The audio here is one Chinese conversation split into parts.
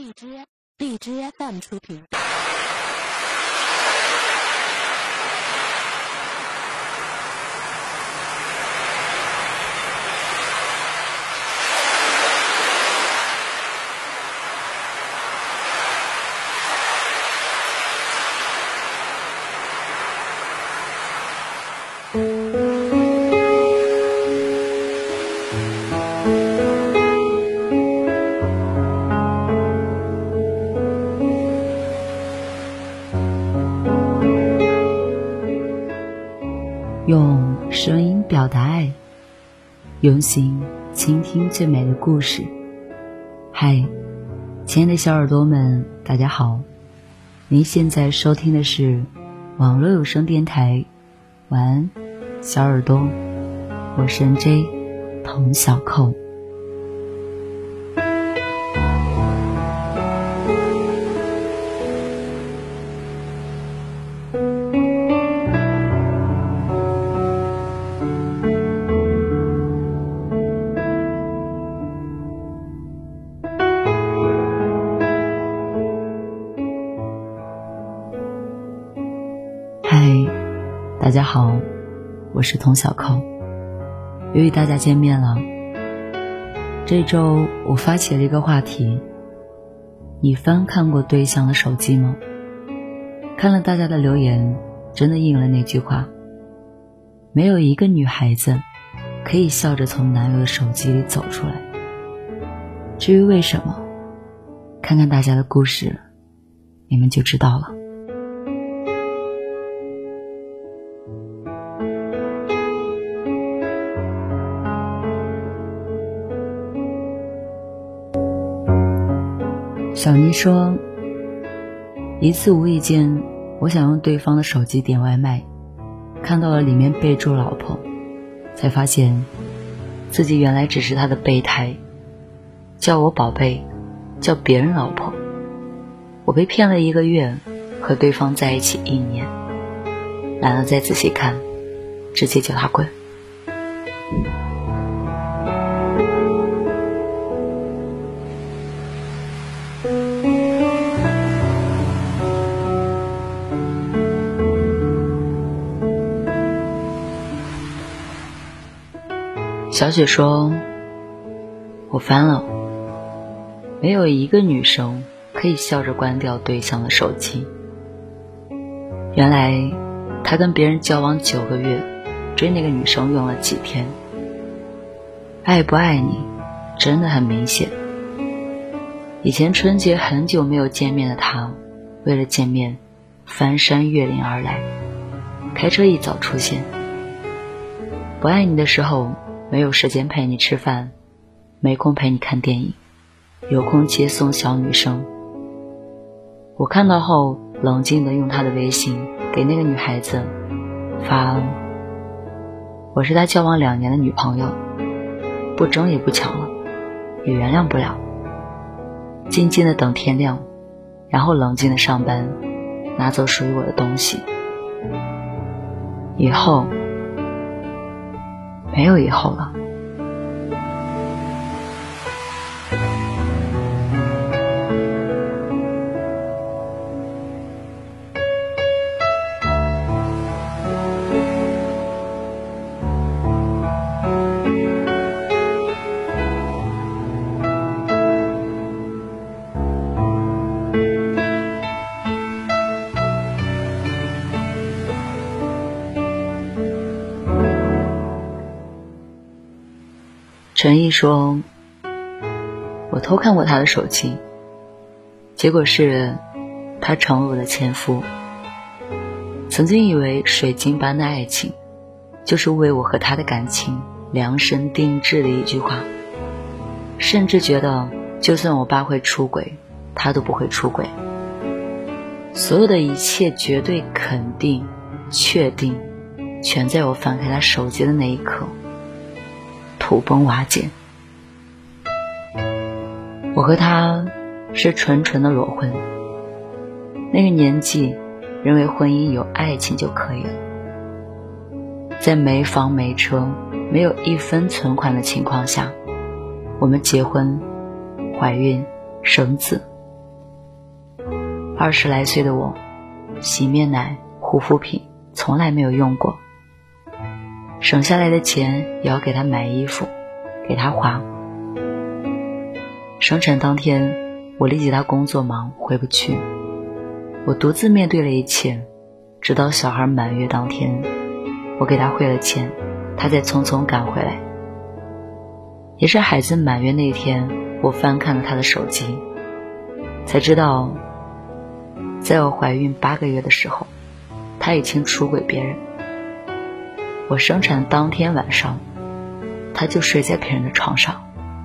荔枝 FM 出品。 用声音表达爱，用心倾听最美的故事。嗨，亲爱的小耳朵们，大家好，您现在收听的是网络有声电台晚安小耳朵，我是 NJ 童小扣。大家好，我是童小扣，又与大家见面了。这周我发起了一个话题，你翻看过对象的手机吗？看了大家的留言，真的应了那句话，没有一个女孩子可以笑着从男友的手机里走出来。至于为什么，看看大家的故事，你们就知道了。小妮说，一次无意间我想用对方的手机点外卖，看到了里面备注老婆，才发现自己原来只是他的备胎，叫我宝贝，叫别人老婆。我被骗了1个月，和对方在一起1年，懒得再仔细看，直接叫他滚。小雪说，我翻了，没有一个女生可以笑着关掉对象的手机。原来他跟别人交往9个月，追那个女生用了几天。爱不爱你真的很明显。以前春节很久没有见面的他，为了见面翻山越岭而来，开车一早出现。不爱你的时候，没有时间陪你吃饭，没空陪你看电影，有空接送小女生。我看到后，冷静地用他的微信给那个女孩子发，我是他交往2年的女朋友，不争也不抢了，也原谅不了。静静地等天亮，然后冷静地上班，拿走属于我的东西。以后没有以后了。陈毅说，我偷看过他的手机，结果是他成为我的前夫。曾经以为水晶般的爱情就是为我和他的感情量身定制的一句话，甚至觉得就算我爸会出轨，他都不会出轨。所有的一切绝对肯定确定，全在我翻开他手机的那一刻土崩瓦解。我和他是纯纯的裸婚，那个年纪认为婚姻有爱情就可以了。在没房没车没有1分存款的情况下，我们结婚怀孕生子， 20来岁的我，洗面奶、护肤品从来没有用过，省下来的钱也要给他买衣服，给他花。生产当天，我理解他工作忙回不去，我独自面对了一切，直到小孩满月当天，我给他汇了钱，他才匆匆赶回来。也是孩子满月那天，我翻看了他的手机，才知道在我怀孕8个月的时候，他已经出轨别人。我生产当天晚上，他就睡在别人的床上。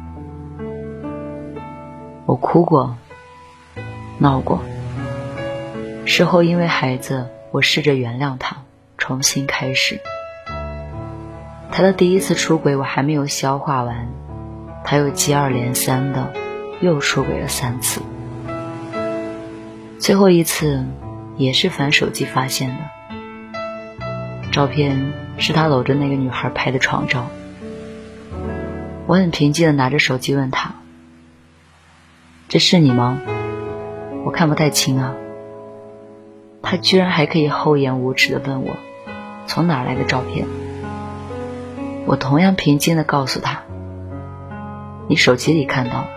我哭过，闹过，事后因为孩子，我试着原谅他，重新开始。他的第一次出轨我还没有消化完，他又接二连三的又出轨了3次。最后一次也是翻手机发现的，照片是他搂着那个女孩拍的床照。我很平静的拿着手机问他，这是你吗？我看不太清啊。他居然还可以厚颜无耻的问我从哪来的照片。我同样平静的告诉他，你手机里看到了。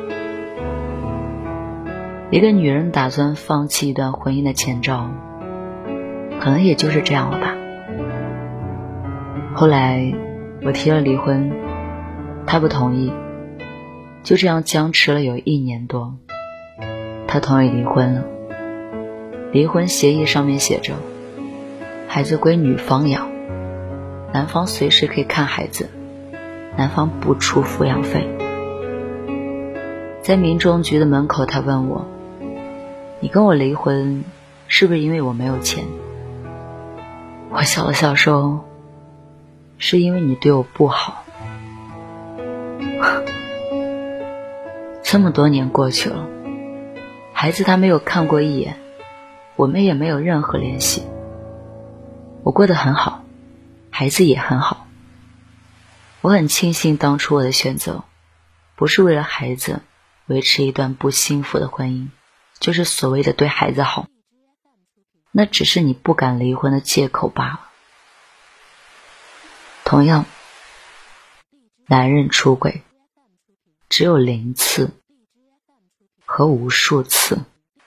一个女人打算放弃一段婚姻的前兆，可能也就是这样了吧。后来我提了离婚，他不同意，就这样僵持了有1年多。他同意离婚了，离婚协议上面写着，孩子归女方养，男方随时可以看孩子，男方不出抚养费。在民政局的门口，他问我，你跟我离婚是不是因为我没有钱？我笑了笑说，是因为你对我不好。这么多年过去了，孩子他没有看过一眼，我们也没有任何联系。我过得很好，孩子也很好。我很庆幸当初我的选择不是为了孩子维持一段不幸福的婚姻，就是所谓的对孩子好，那只是你不敢离婚的借口罢了。同样，男人出轨只有0次和无数次。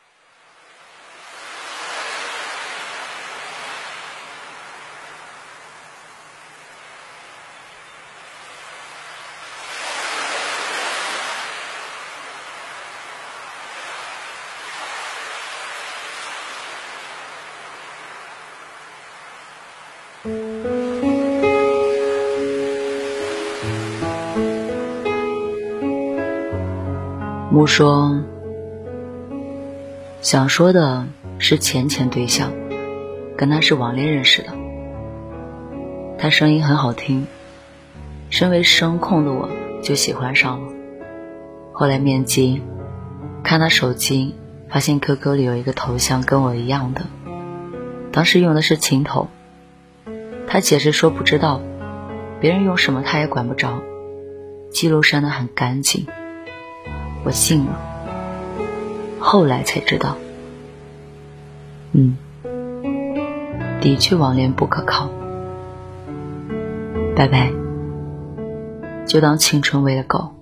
木说，想说的是前对象，跟他是网恋认识的。他声音很好听，身为声控的我就喜欢上了。后来面基，看他手机，发现 QQ 里有一个头像跟我一样的，当时用的是情头。他解释说不知道，别人用什么他也管不着，记录删得很干净。我信了，后来才知道，的确网恋不可靠。拜拜，就当青春喂了狗。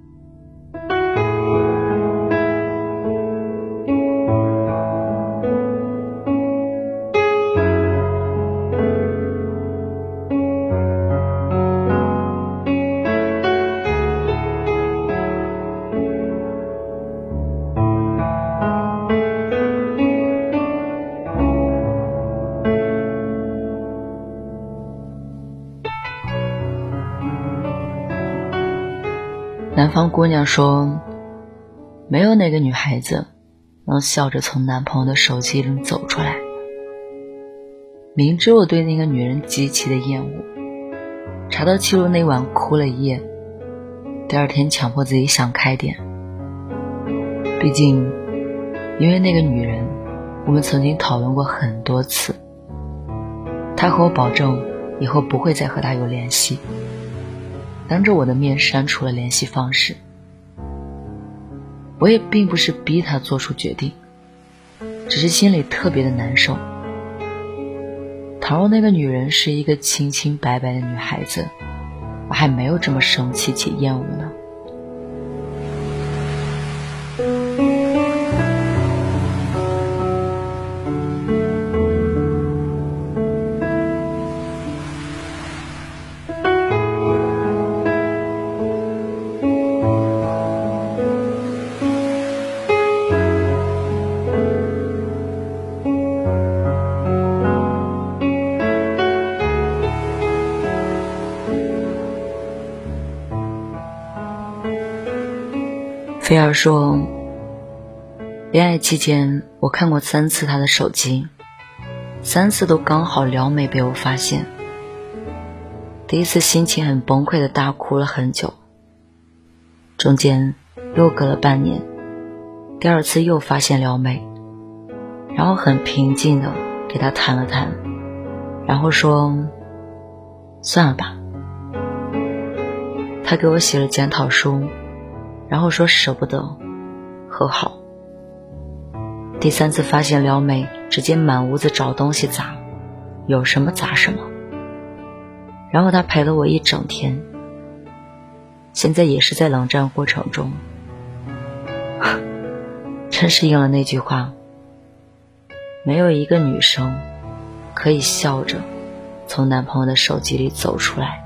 南方姑娘说，没有哪个女孩子能笑着从男朋友的手机里走出来。明知我对那个女人极其的厌恶，查到记录那晚哭了一夜，第二天强迫自己想开点。毕竟因为那个女人，我们曾经讨论过很多次，她和我保证以后不会再和她有联系，当着我的面删除了联系方式。我也并不是逼他做出决定， 只是心里特别的难受。倘若那个女人是一个清清白白的女孩子，我还没有这么生气且厌恶呢。菲儿说，恋爱期间我看过3次他的手机，3次都刚好撩妹被我发现。第一次心情很崩溃的大哭了很久，中间又隔了半年，第2次又发现撩妹，然后很平静的给他谈了谈，然后说算了吧。他给我写了检讨书，然后说舍不得和好。第3次发现撩妹，直接满屋子找东西砸，有什么砸什么。然后他陪了我1整天，现在也是在冷战过程中。真是应了那句话，没有一个女生可以笑着从男朋友的手机里走出来。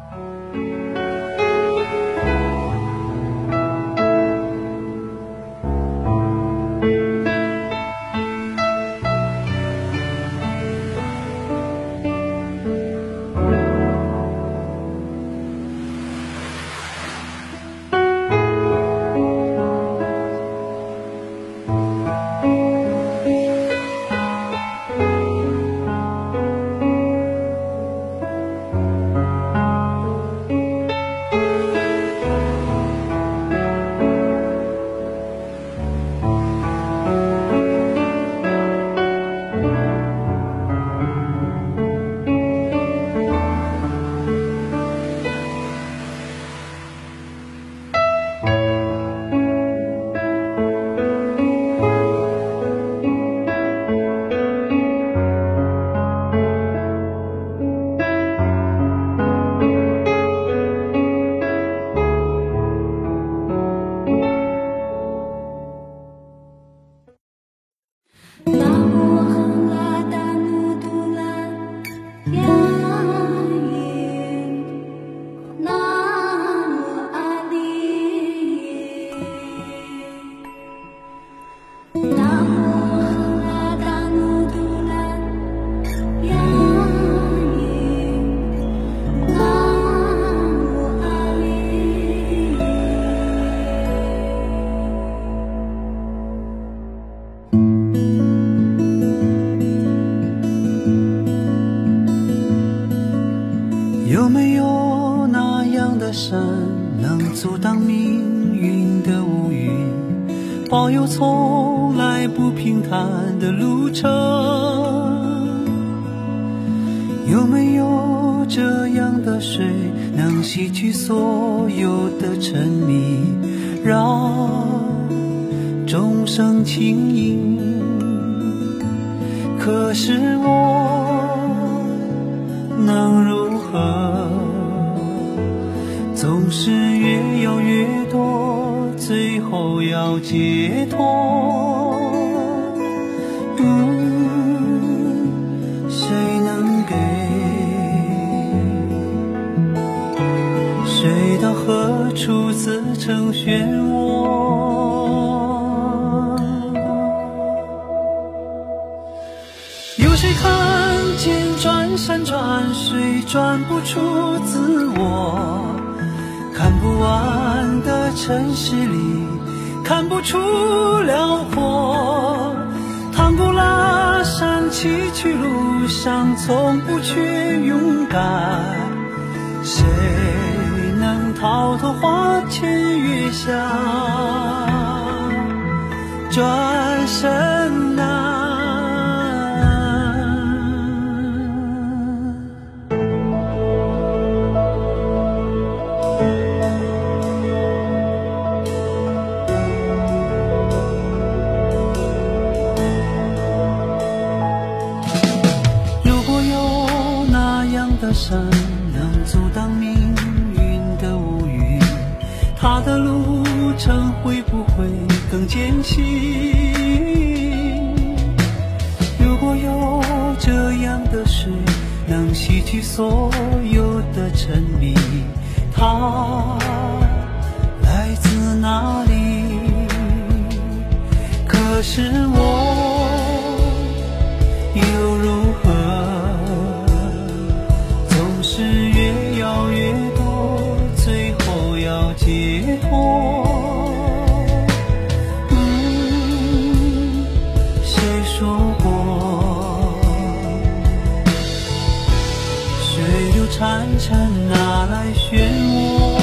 有没有那样的山，能阻挡命运的乌云，保佑从来不平坦的路程？有没有这样的水，能洗去所有的沉迷，让众生轻盈？可是我能如何？总是越要越多，最后要解脱。谁能给？水到何处自成漩涡？有谁看见转山转水转不出自我？看不完的城市里，看不出辽阔。趟过拉山崎岖路上，从不去勇敢。谁能逃脱花前月下？转身难。 程会不会更艰辛？如果有这样的水，能洗去所有的沉迷，它来自哪里？可是我又如何？总是越要越多，最后要解脱。谁说过水流潺潺，哪来漩涡？